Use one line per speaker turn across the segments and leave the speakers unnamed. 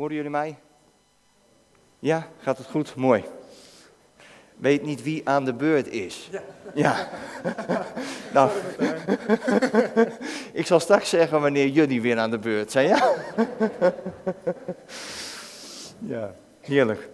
Horen jullie mij? Ja, gaat het goed? Mooi. Weet niet wie aan de beurt is. Ja. Nou, ik zal straks zeggen wanneer jullie weer aan de beurt zijn, ja? Ja, heerlijk.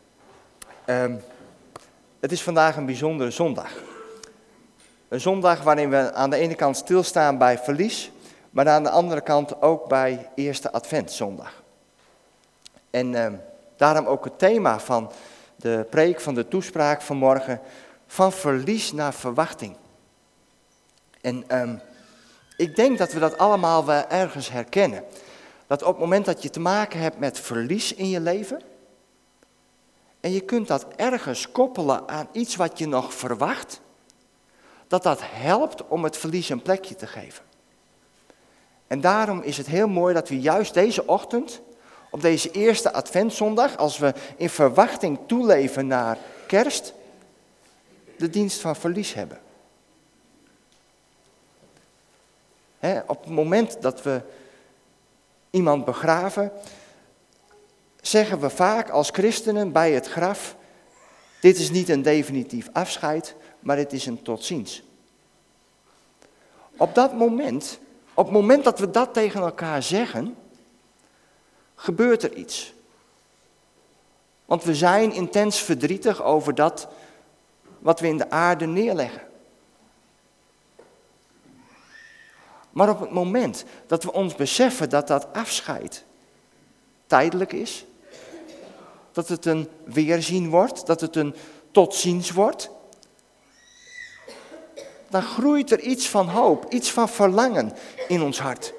Het is vandaag een bijzondere zondag. Een zondag waarin we aan de ene kant stilstaan bij verlies, maar aan de andere kant ook bij Eerste Adventzondag. En daarom ook het thema van de preek, van de toespraak van morgen, van verlies naar verwachting. En ik denk dat we dat allemaal wel ergens herkennen. Dat op het moment dat je te maken hebt met verlies in je leven, en je kunt dat ergens koppelen aan iets wat je nog verwacht, dat helpt om het verlies een plekje te geven. En daarom is het heel mooi dat we juist deze ochtend, op deze eerste Adventszondag, als we in verwachting toeleven naar kerst, de dienst van verlies hebben. Op het moment dat we iemand begraven, zeggen we vaak als christenen bij het graf, dit is niet een definitief afscheid, maar het is een tot ziens. Op het moment dat we dat tegen elkaar zeggen, gebeurt er iets. Want we zijn intens verdrietig over dat wat we in de aarde neerleggen. Maar op het moment dat we ons beseffen dat dat afscheid tijdelijk is, dat het een weerzien wordt, dat het een tot ziens wordt, dan groeit er iets van hoop, iets van verlangen in ons hart.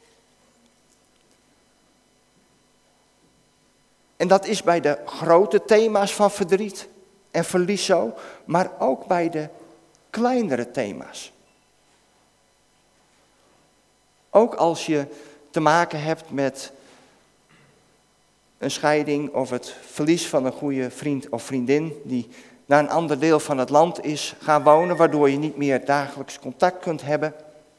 En dat is bij de grote thema's van verdriet en verlies zo, maar ook bij de kleinere thema's. Ook als je te maken hebt met een scheiding of het verlies van een goede vriend of vriendin die naar een ander deel van het land is gaan wonen, waardoor je niet meer dagelijks contact kunt hebben.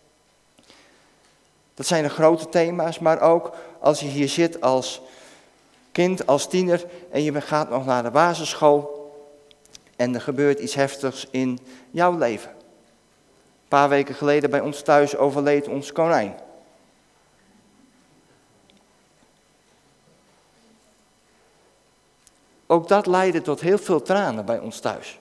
Dat zijn de grote thema's, maar ook als je hier zit als kind, als tiener en je gaat nog naar de basisschool en er gebeurt iets heftigs in jouw leven. Een paar weken geleden bij ons thuis overleed ons konijn. Ook dat leidde tot heel veel tranen bij ons thuis.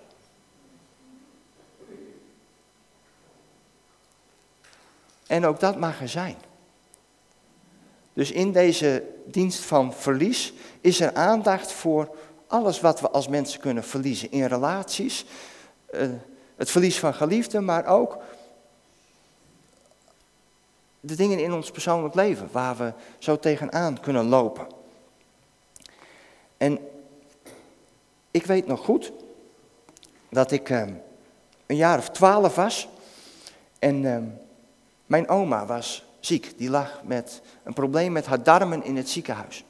En ook dat mag er zijn. Dus in deze dienst van verlies is er aandacht voor alles wat we als mensen kunnen verliezen. In relaties, het verlies van geliefden, maar ook de dingen in ons persoonlijk leven waar we zo tegenaan kunnen lopen. En ik weet nog goed dat ik een jaar of 12 was en mijn oma was ziek. Die lag met een probleem met haar darmen in het ziekenhuis.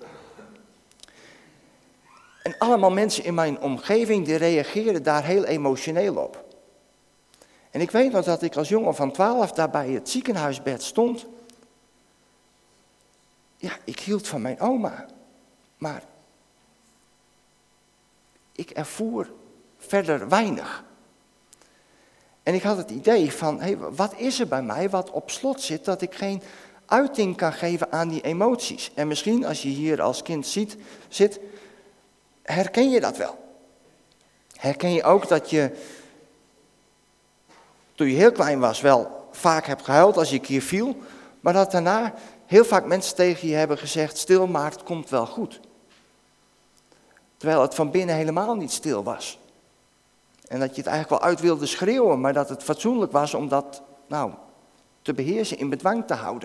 En allemaal mensen in mijn omgeving die reageerden daar heel emotioneel op. En ik weet nog dat ik als jongen van 12 daar bij het ziekenhuisbed stond. Ja, ik hield van mijn oma, maar ik ervoer verder weinig. En ik had het idee van, wat is er bij mij wat op slot zit, dat ik geen uiting kan geven aan die emoties. En misschien als je hier als kind zit, herken je dat wel. Herken je ook dat je, toen je heel klein was, wel vaak hebt gehuild als je een keer viel, maar dat daarna heel vaak mensen tegen je hebben gezegd, stil maar het komt wel goed. Terwijl het van binnen helemaal niet stil was. En dat je het eigenlijk wel uit wilde schreeuwen, maar dat het fatsoenlijk was om dat te beheersen, in bedwang te houden.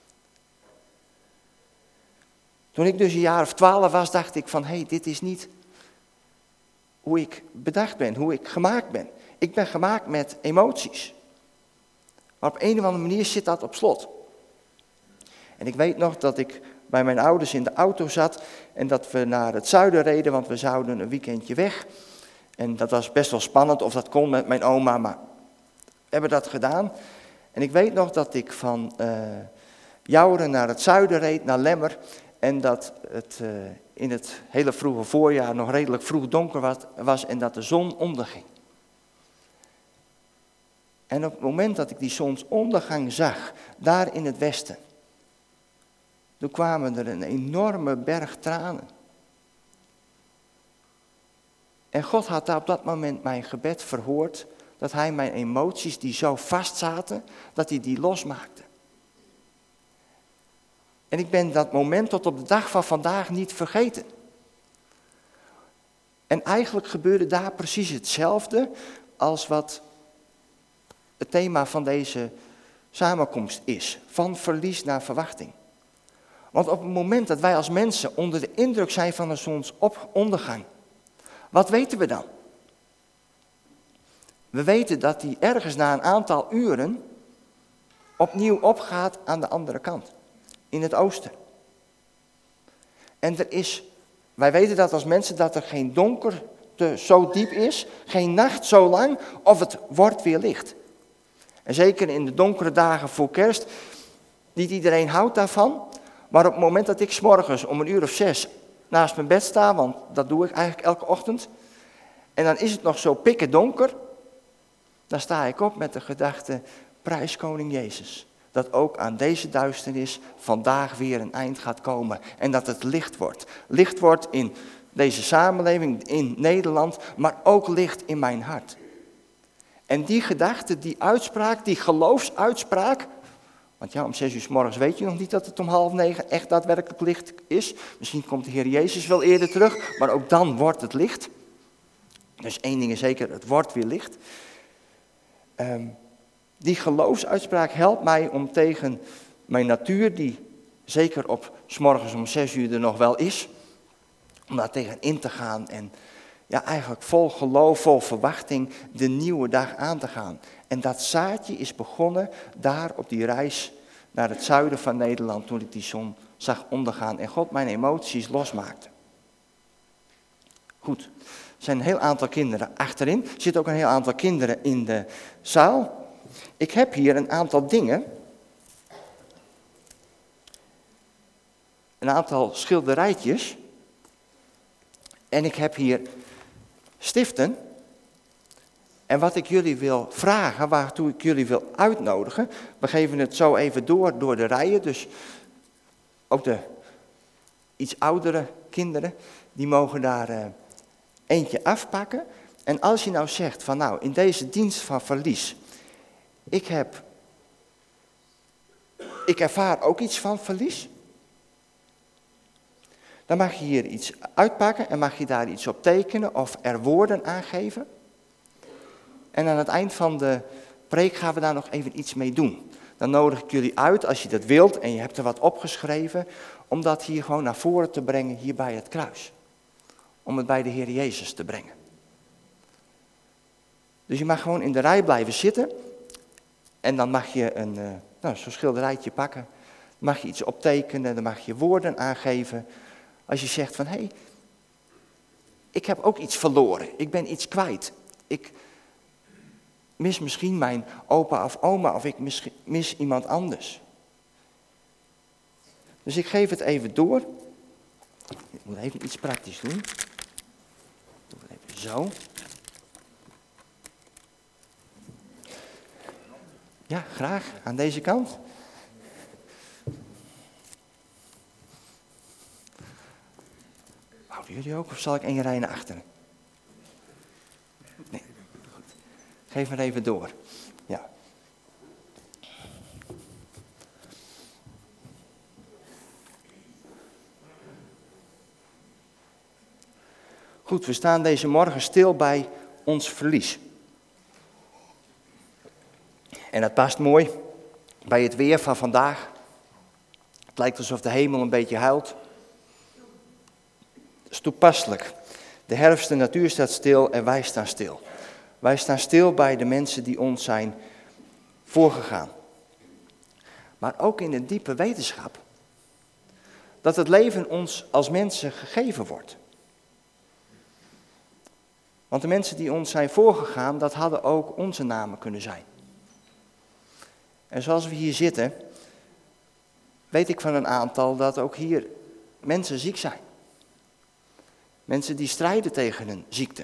Toen ik dus een jaar of 12 was, dacht ik van, dit is niet hoe ik bedacht ben, hoe ik gemaakt ben. Ik ben gemaakt met emoties. Maar op een of andere manier zit dat op slot. En ik weet nog dat ik bij mijn ouders in de auto zat en dat we naar het zuiden reden, want we zouden een weekendje weg. En dat was best wel spannend of dat kon met mijn oma, maar we hebben dat gedaan. En ik weet nog dat ik van Jouweren naar het zuiden reed, naar Lemmer. En dat het in het hele vroege voorjaar nog redelijk vroeg donker was en dat de zon onderging. En op het moment dat ik die zonsondergang zag, daar in het westen, toen kwamen er een enorme berg tranen. En God had op dat moment mijn gebed verhoord, dat hij mijn emoties die zo vastzaten, dat hij die losmaakte. En ik ben dat moment tot op de dag van vandaag niet vergeten. En eigenlijk gebeurde daar precies hetzelfde als wat het thema van deze samenkomst is. Van verlies naar verwachting. Want op het moment dat wij als mensen onder de indruk zijn van de zonsondergang, wat weten we dan? We weten dat die ergens na een aantal uren opnieuw opgaat aan de andere kant. In het oosten. En wij weten dat als mensen dat er geen donker zo diep is, geen nacht zo lang, of het wordt weer licht. En zeker in de donkere dagen voor kerst, niet iedereen houdt daarvan, maar op het moment dat ik 's morgens om 6:00 naast mijn bed sta, want dat doe ik eigenlijk elke ochtend, en dan is het nog zo pikken donker, dan sta ik op met de gedachte, prijs koning Jezus. Dat ook aan deze duisternis vandaag weer een eind gaat komen. En dat het licht wordt. Licht wordt in deze samenleving, in Nederland, maar ook licht in mijn hart. En die gedachte, die uitspraak, die geloofsuitspraak. Want ja, om 6:00 's morgens weet je nog niet dat het om 8:30 echt daadwerkelijk licht is. Misschien komt de Heer Jezus wel eerder terug, maar ook dan wordt het licht. Dus één ding is zeker, het wordt weer licht. Die geloofsuitspraak helpt mij om tegen mijn natuur, die zeker op 's morgens om 6:00 er nog wel is, om daar tegen in te gaan en ja, eigenlijk vol geloof, vol verwachting de nieuwe dag aan te gaan. En dat zaadje is begonnen daar op die reis naar het zuiden van Nederland, toen ik die zon zag ondergaan en God mijn emoties losmaakte. Goed, er zijn een heel aantal kinderen achterin, er zitten ook een heel aantal kinderen in de zaal. Ik heb hier een aantal dingen, een aantal schilderijtjes en ik heb hier stiften. En wat ik jullie wil vragen, waartoe ik jullie wil uitnodigen, we geven het zo even door de rijen, dus ook de iets oudere kinderen, die mogen daar eentje afpakken. En als je nou zegt van nou, in deze dienst van verlies, ik ervaar ook iets van verlies. Dan mag je hier iets uitpakken en mag je daar iets op tekenen of er woorden aangeven. En aan het eind van de preek gaan we daar nog even iets mee doen. Dan nodig ik jullie uit, als je dat wilt en je hebt er wat opgeschreven, om dat hier gewoon naar voren te brengen, hier bij het kruis. Om het bij de Heer Jezus te brengen. Dus je mag gewoon in de rij blijven zitten. En dan mag je zo'n schilderijtje pakken. Dan mag je iets optekenen, dan mag je woorden aangeven. Als je zegt van, hé, ik heb ook iets verloren. Ik ben iets kwijt. Ik mis misschien mijn opa of oma of ik mis iemand anders. Dus ik geef het even door. Ik moet even iets praktisch doen. Doe het even zo. Ja, graag. Aan deze kant. Houden jullie ook of zal ik 1 rij naar achteren? Nee, goed. Geef maar even door. Ja. Goed, we staan deze morgen stil bij ons verlies. En dat past mooi bij het weer van vandaag. Het lijkt alsof de hemel een beetje huilt. Dat is toepasselijk. De herfst, de natuur staat stil en wij staan stil. Wij staan stil bij de mensen die ons zijn voorgegaan. Maar ook in de diepe wetenschap dat het leven ons als mensen gegeven wordt. Want de mensen die ons zijn voorgegaan, dat hadden ook onze namen kunnen zijn. En zoals we hier zitten, weet ik van een aantal dat ook hier mensen ziek zijn. Mensen die strijden tegen een ziekte.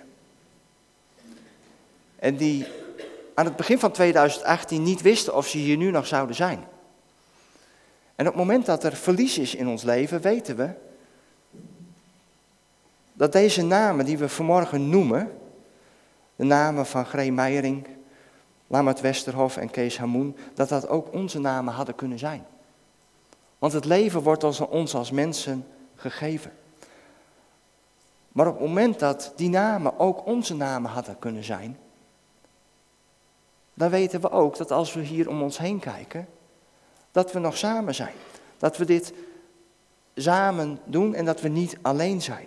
En die aan het begin van 2018 niet wisten of ze hier nu nog zouden zijn. En op het moment dat er verlies is in ons leven, weten we dat deze namen die we vanmorgen noemen, de namen van Gree Meijering, Lammert Westerhof en Kees Hamoen, dat dat ook onze namen hadden kunnen zijn. Want het leven wordt ons als mensen gegeven. Maar op het moment dat die namen ook onze namen hadden kunnen zijn, dan weten we ook dat als we hier om ons heen kijken, dat we nog samen zijn. Dat we dit samen doen en dat we niet alleen zijn.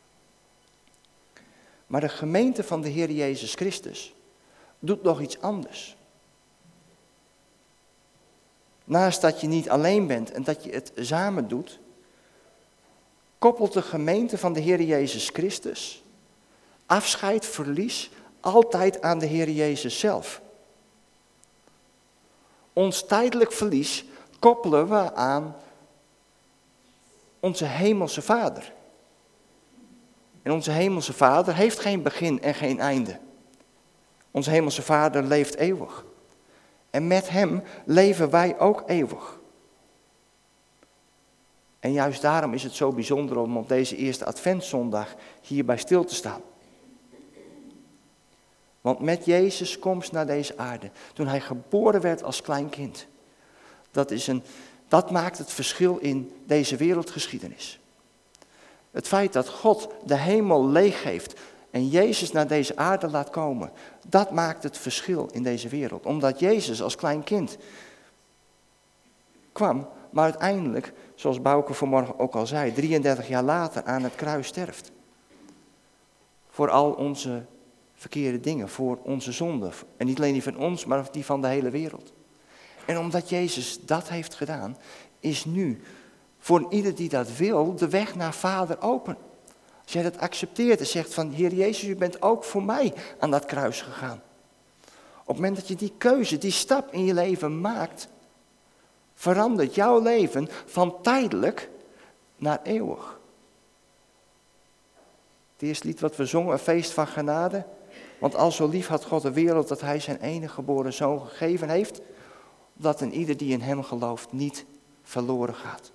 Maar de gemeente van de Heer Jezus Christus doet nog iets anders. Naast dat je niet alleen bent en dat je het samen doet, koppelt de gemeente van de Heer Jezus Christus afscheid, verlies, altijd aan de Heer Jezus zelf. Ons tijdelijk verlies koppelen we aan onze hemelse Vader. En onze hemelse Vader heeft geen begin en geen einde. Onze hemelse Vader leeft eeuwig. En met hem leven wij ook eeuwig. En juist daarom is het zo bijzonder om op deze eerste Adventszondag hierbij stil te staan. Want met Jezus' komst naar deze aarde, toen hij geboren werd als klein kind, dat maakt het verschil in deze wereldgeschiedenis. Het feit dat God de hemel leeg heeft en Jezus naar deze aarde laat komen, dat maakt het verschil in deze wereld. Omdat Jezus als klein kind kwam, maar uiteindelijk, zoals Bouke vanmorgen ook al zei, 33 jaar later aan het kruis sterft. Voor al onze verkeerde dingen, voor onze zonden. En niet alleen die van ons, maar die van de hele wereld. En omdat Jezus dat heeft gedaan, is nu voor ieder die dat wil de weg naar Vader open. Als jij dat accepteert en zegt van Heer Jezus, u bent ook voor mij aan dat kruis gegaan. Op het moment dat je die keuze, die stap in je leven maakt, verandert jouw leven van tijdelijk naar eeuwig. Het eerste lied wat we zongen, een feest van genade. Want al zo lief had God de wereld dat hij zijn enige geboren zoon gegeven heeft, dat een ieder die in hem gelooft niet verloren gaat.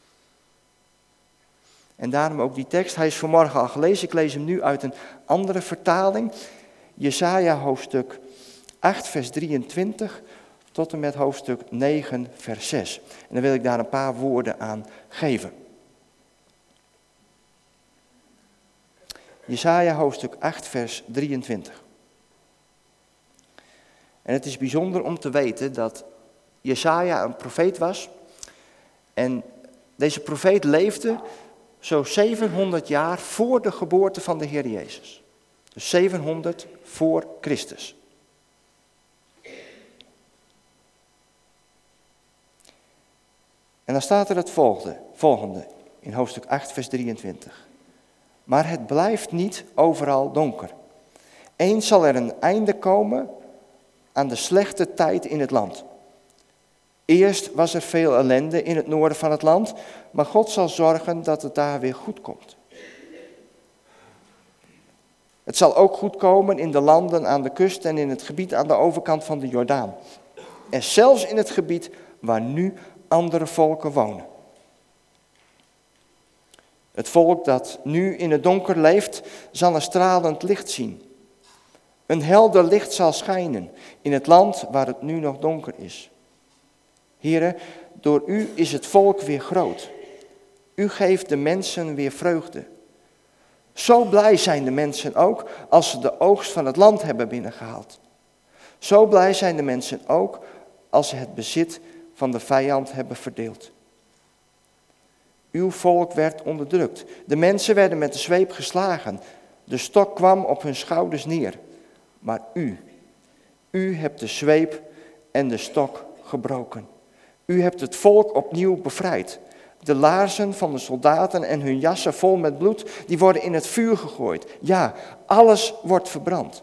En daarom ook die tekst, hij is vanmorgen al gelezen, ik lees hem nu uit een andere vertaling. Jesaja hoofdstuk 8 vers 23 tot en met hoofdstuk 9 vers 6. En dan wil ik daar een paar woorden aan geven. Jesaja hoofdstuk 8 vers 23. En het is bijzonder om te weten dat Jesaja een profeet was. En deze profeet leefde zo 700 jaar voor de geboorte van de Heer Jezus. Dus 700 voor Christus. En dan staat er het volgende in hoofdstuk 8 vers 23. Maar het blijft niet overal donker. Eens zal er een einde komen aan de slechte tijd in het land. Eerst was er veel ellende in het noorden van het land, maar God zal zorgen dat het daar weer goed komt. Het zal ook goed komen in de landen aan de kust en in het gebied aan de overkant van de Jordaan. En zelfs in het gebied waar nu andere volken wonen. Het volk dat nu in het donker leeft, zal een stralend licht zien. Een helder licht zal schijnen in het land waar het nu nog donker is. Here, door u is het volk weer groot. U geeft de mensen weer vreugde. Zo blij zijn de mensen ook als ze de oogst van het land hebben binnengehaald. Zo blij zijn de mensen ook als ze het bezit van de vijand hebben verdeeld. Uw volk werd onderdrukt. De mensen werden met de zweep geslagen. De stok kwam op hun schouders neer. Maar u hebt de zweep en de stok gebroken. U hebt het volk opnieuw bevrijd. De laarzen van de soldaten en hun jassen vol met bloed, die worden in het vuur gegooid. Ja, alles wordt verbrand.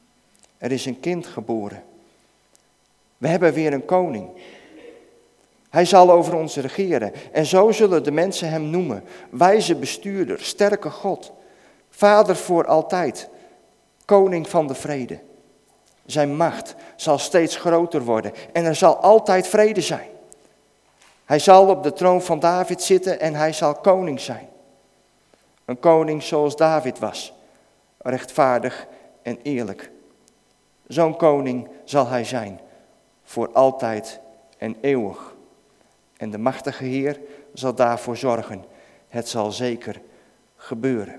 Er is een kind geboren. We hebben weer een koning. Hij zal over ons regeren. En zo zullen de mensen hem noemen. Wijze bestuurder, sterke God. Vader voor altijd. Koning van de vrede. Zijn macht zal steeds groter worden. En er zal altijd vrede zijn. Hij zal op de troon van David zitten en hij zal koning zijn. Een koning zoals David was. Rechtvaardig en eerlijk. Zo'n koning zal hij zijn. Voor altijd en eeuwig. En de machtige Heer zal daarvoor zorgen. Het zal zeker gebeuren.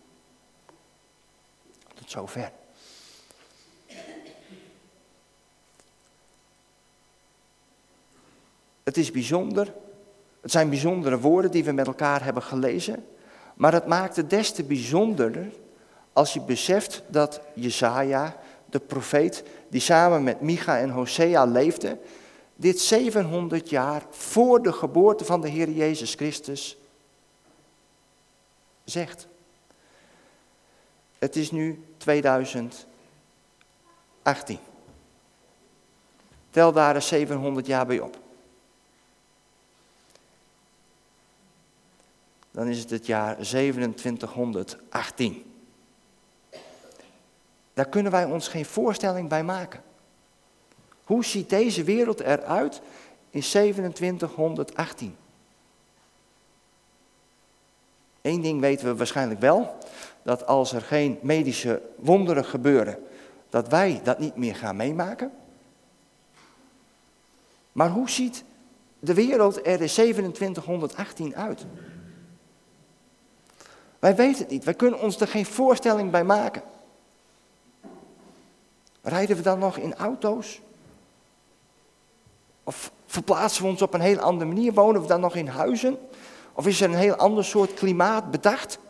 Tot zover. Het is bijzonder. Het zijn bijzondere woorden die we met elkaar hebben gelezen. Maar het maakt het des te bijzonderder als je beseft dat Jesaja, de profeet, die samen met Micha en Hosea leefde, dit 700 jaar voor de geboorte van de Heer Jezus Christus zegt. Het is nu 2018. Tel daar eens 700 jaar bij op. Dan is het jaar 2718. Daar kunnen wij ons geen voorstelling bij maken. Hoe ziet deze wereld eruit in 2718? Eén ding weten we waarschijnlijk wel, dat als er geen medische wonderen gebeuren, dat wij dat niet meer gaan meemaken. Maar hoe ziet de wereld er in 2718 uit? Wij weten het niet, wij kunnen ons er geen voorstelling bij maken. Rijden we dan nog in auto's? Of verplaatsen we ons op een heel andere manier? Wonen we dan nog in huizen? Of is er een heel ander soort klimaat bedacht?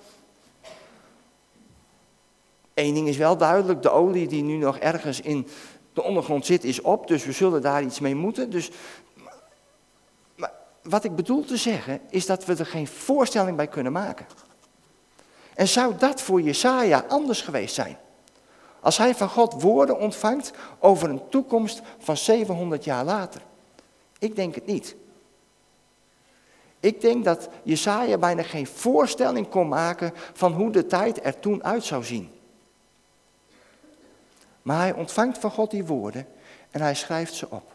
Eén ding is wel duidelijk, de olie die nu nog ergens in de ondergrond zit is op, dus we zullen daar iets mee moeten. Maar wat ik bedoel te zeggen is dat we er geen voorstelling bij kunnen maken. En zou dat voor Jesaja anders geweest zijn? Als hij van God woorden ontvangt over een toekomst van 700 jaar later. Ik denk het niet. Ik denk dat Jesaja bijna geen voorstelling kon maken van hoe de tijd er toen uit zou zien. Maar hij ontvangt van God die woorden en hij schrijft ze op.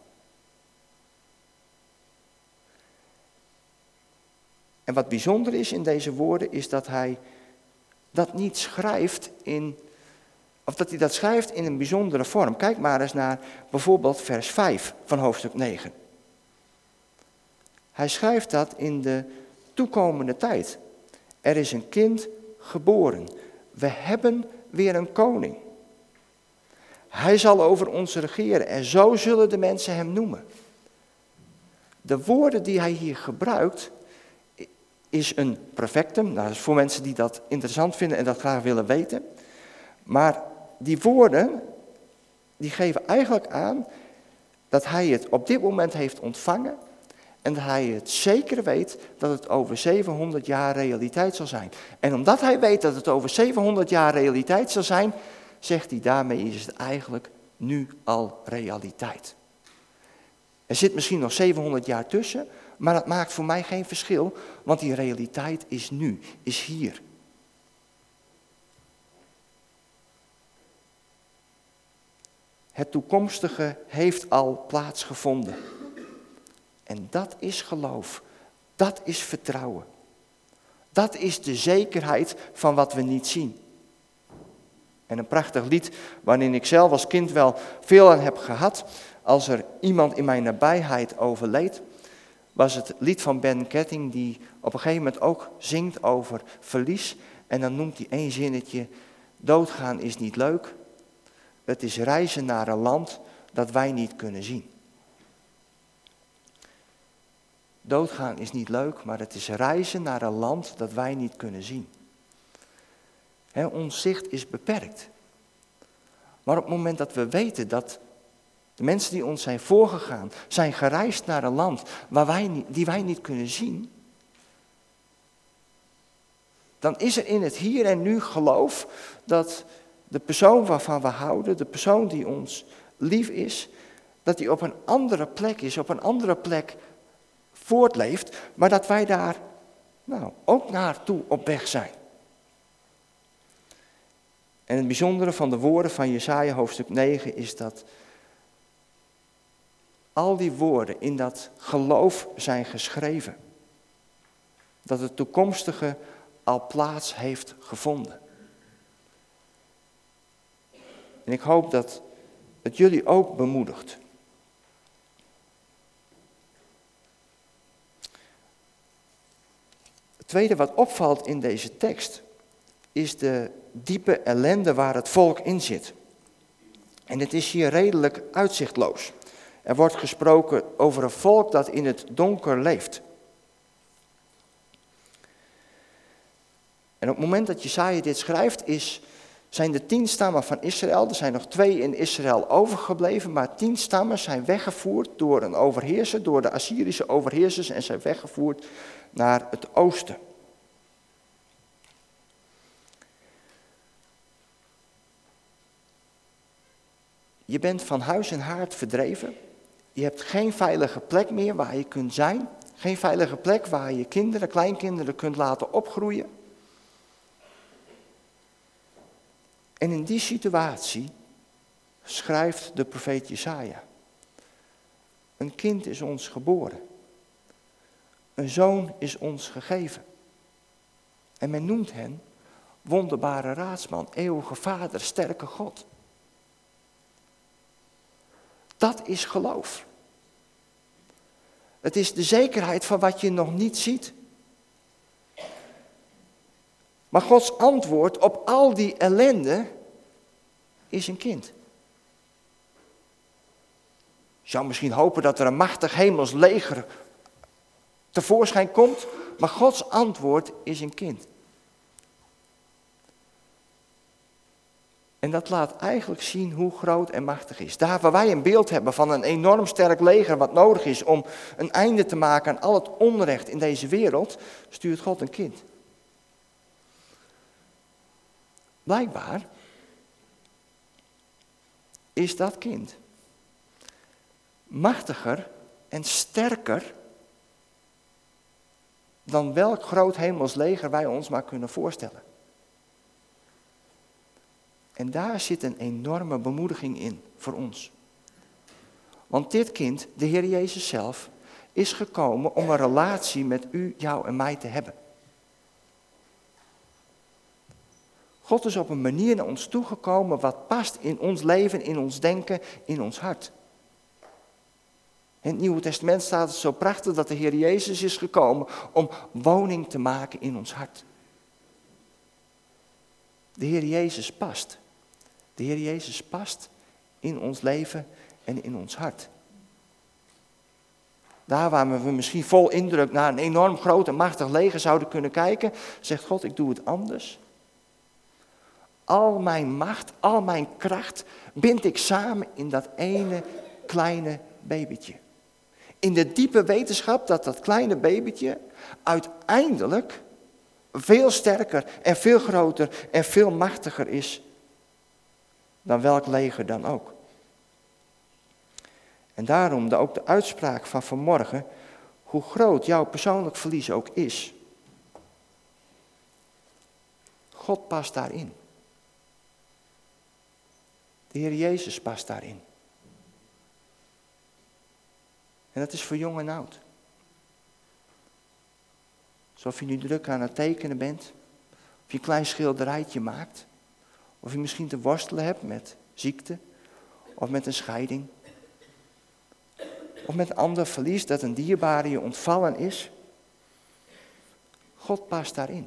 En wat bijzonder is in deze woorden is dat hij dat niet schrijft dat hij dat schrijft in een bijzondere vorm. Kijk maar eens naar bijvoorbeeld vers 5 van hoofdstuk 9. Hij schrijft dat in de toekomende tijd. Er is een kind geboren. We hebben weer een koning. Hij zal over ons regeren en zo zullen de mensen hem noemen. De woorden die hij hier gebruikt is een perfectum. Nou, dat is voor mensen die dat interessant vinden en dat graag willen weten. Maar die woorden, die geven eigenlijk aan dat hij het op dit moment heeft ontvangen en dat hij het zeker weet dat het over 700 jaar realiteit zal zijn. En omdat hij weet dat het over 700 jaar realiteit zal zijn, zegt hij daarmee is het eigenlijk nu al realiteit. Er zit misschien nog 700 jaar tussen, maar dat maakt voor mij geen verschil, want die realiteit is nu, is hier. Het toekomstige heeft al plaatsgevonden. En dat is geloof. Dat is vertrouwen. Dat is de zekerheid van wat we niet zien. En een prachtig lied waarin ik zelf als kind wel veel aan heb gehad. Als er iemand in mijn nabijheid overleed, was het lied van Ben Ketting die op een gegeven moment ook zingt over verlies. En dan noemt hij één zinnetje, doodgaan is niet leuk. Het is reizen naar een land dat wij niet kunnen zien. Doodgaan is niet leuk, maar het is reizen naar een land dat wij niet kunnen zien. Ons zicht is beperkt. Maar op het moment dat we weten dat de mensen die ons zijn voorgegaan, zijn gereisd naar een land die wij niet kunnen zien, dan is er in het hier en nu geloof dat de persoon waarvan we houden, de persoon die ons lief is, dat die op een andere plek is, op een andere plek voortleeft, maar dat wij daar ook naartoe op weg zijn. En het bijzondere van de woorden van Jesaja hoofdstuk 9 is dat al die woorden in dat geloof zijn geschreven. Dat het toekomstige al plaats heeft gevonden. En ik hoop dat het jullie ook bemoedigt. Het tweede wat opvalt in deze tekst is de diepe ellende waar het volk in zit. En het is hier redelijk uitzichtloos. Er wordt gesproken over een volk dat in het donker leeft. En op het moment dat Jesaja dit schrijft, zijn de 10 stammen van Israël, er zijn nog 2 in Israël overgebleven, maar 10 stammen zijn weggevoerd door een overheerser, door de Assyrische overheersers en zijn weggevoerd naar het oosten. Je bent van huis en haard verdreven. Je hebt geen veilige plek meer waar je kunt zijn. Geen veilige plek waar je kinderen, kleinkinderen kunt laten opgroeien. En in die situatie schrijft de profeet Jesaja: een kind is ons geboren. Een zoon is ons gegeven. En men noemt hen wonderbare raadsman, eeuwige vader, sterke God. Dat is geloof. Het is de zekerheid van wat je nog niet ziet. Maar Gods antwoord op al die ellende is een kind. Je zou misschien hopen dat er een machtig hemels leger tevoorschijn komt, maar Gods antwoord is een kind. En dat laat eigenlijk zien hoe groot en machtig is. Daar waar wij een beeld hebben van een enorm sterk leger wat nodig is om een einde te maken aan al het onrecht in deze wereld, stuurt God een kind. Blijkbaar is dat kind machtiger en sterker dan welk groot hemels leger wij ons maar kunnen voorstellen. En daar zit een enorme bemoediging in voor ons. Want dit kind, de Heer Jezus zelf, is gekomen om een relatie met u, jou en mij te hebben. God is op een manier naar ons toegekomen wat past in ons leven, in ons denken, in ons hart. In het Nieuwe Testament staat het zo prachtig dat de Heer Jezus is gekomen om woning te maken in ons hart. De Heer Jezus past. De Heer Jezus past in ons leven en in ons hart. Daar waar we misschien vol indruk naar een enorm groot en machtig leger zouden kunnen kijken, zegt God, ik doe het anders. Al mijn macht, al mijn kracht bind ik samen in dat ene kleine babytje. In de diepe wetenschap dat dat kleine babytje uiteindelijk veel sterker en veel groter en veel machtiger is dan welk leger dan ook. En daarom ook de uitspraak van vanmorgen, hoe groot jouw persoonlijk verlies ook is. God past daarin. De Heer Jezus past daarin. En dat is voor jong en oud. Alsof je nu druk aan het tekenen bent, of je een klein schilderijtje maakt, of je misschien te worstelen hebt met ziekte, of met een scheiding, of met een ander verlies dat een dierbare je ontvallen is. God past daarin.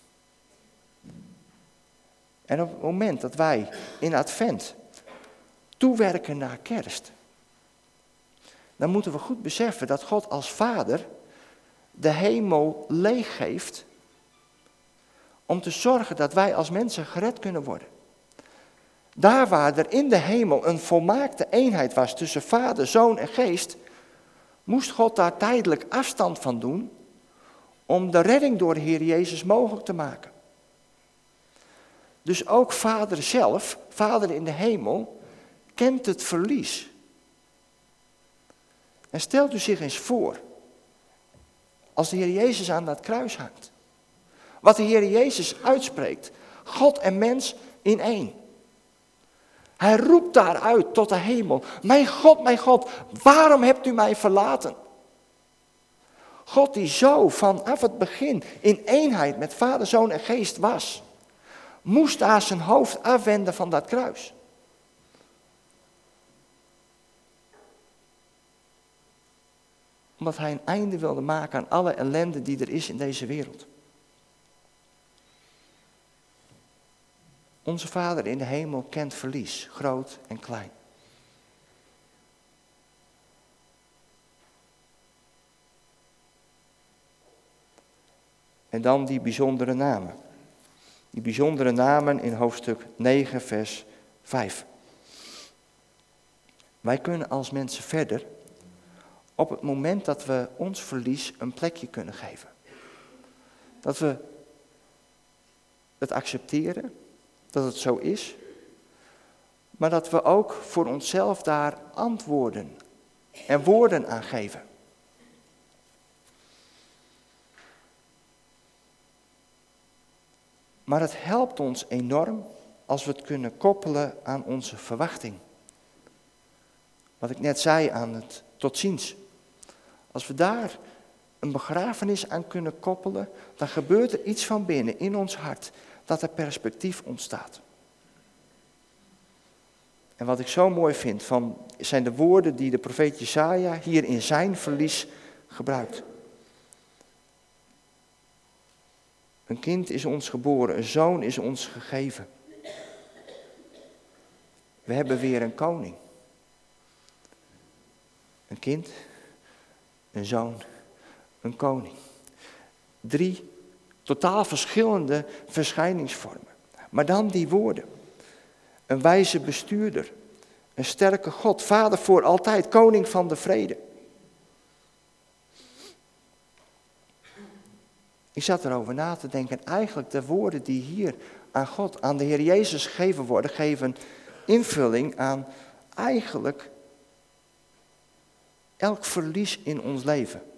En op het moment dat wij in Advent toewerken naar kerst, dan moeten we goed beseffen dat God als Vader de hemel leeggeeft om te zorgen dat wij als mensen gered kunnen worden. Daar waar er in de hemel een volmaakte eenheid was tussen Vader, Zoon en Geest, moest God daar tijdelijk afstand van doen om de redding door de Heer Jezus mogelijk te maken. Dus ook Vader zelf, Vader in de hemel, kent het verlies. En stelt u zich eens voor, als de Heer Jezus aan dat kruis hangt. Wat de Heer Jezus uitspreekt. God en mens in één. Hij roept daaruit tot de hemel. Mijn God, waarom hebt u mij verlaten? God die zo vanaf het begin in eenheid met Vader, Zoon en Geest was. Moest daar zijn hoofd afwenden van dat kruis. Omdat hij een einde wilde maken aan alle ellende die er is in deze wereld. Onze Vader in de hemel kent verlies, groot en klein. En dan die bijzondere namen. Die bijzondere namen in hoofdstuk 9, vers 5. Wij kunnen als mensen verder op het moment dat we ons verlies een plekje kunnen geven. Dat we het accepteren, dat het zo is, maar dat we ook voor onszelf daar antwoorden en woorden aan geven. Maar het helpt ons enorm als we het kunnen koppelen aan onze verwachting. Wat ik net zei aan het tot ziens. Als we daar een begrafenis aan kunnen koppelen, dan gebeurt er iets van binnen in ons hart, dat er perspectief ontstaat. En wat ik zo mooi vind, zijn de woorden die de profeet Jesaja hier in zijn verlies gebruikt. Een kind is ons geboren, een zoon is ons gegeven. We hebben weer een koning. Een kind, een zoon, een koning. 3 totaal verschillende verschijningsvormen. Maar dan die woorden. Een wijze bestuurder, een sterke God, Vader voor altijd, koning van de vrede. Ik zat erover na te denken, eigenlijk de woorden die hier aan God, aan de Heer Jezus gegeven worden, geven invulling aan eigenlijk elk verlies in ons leven.